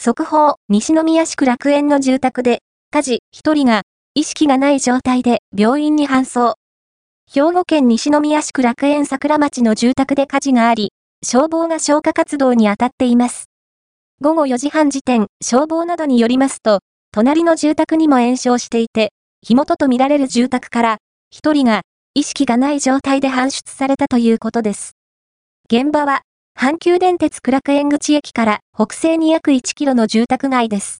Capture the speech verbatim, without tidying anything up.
速報、西宮市区楽園の住宅で、火事、一人が、意識がない状態で病院に搬送。兵庫県西宮市区楽園桜町の住宅で火事があり、消防が消火活動に当たっています。ごごよじはん時点、消防などによりますと、隣の住宅にも延焼していて、火元とみられる住宅から、一人が、意識がない状態で搬出されたということです。現場は、阪急電鉄久楽園口駅から北西に約いちキロの住宅街です。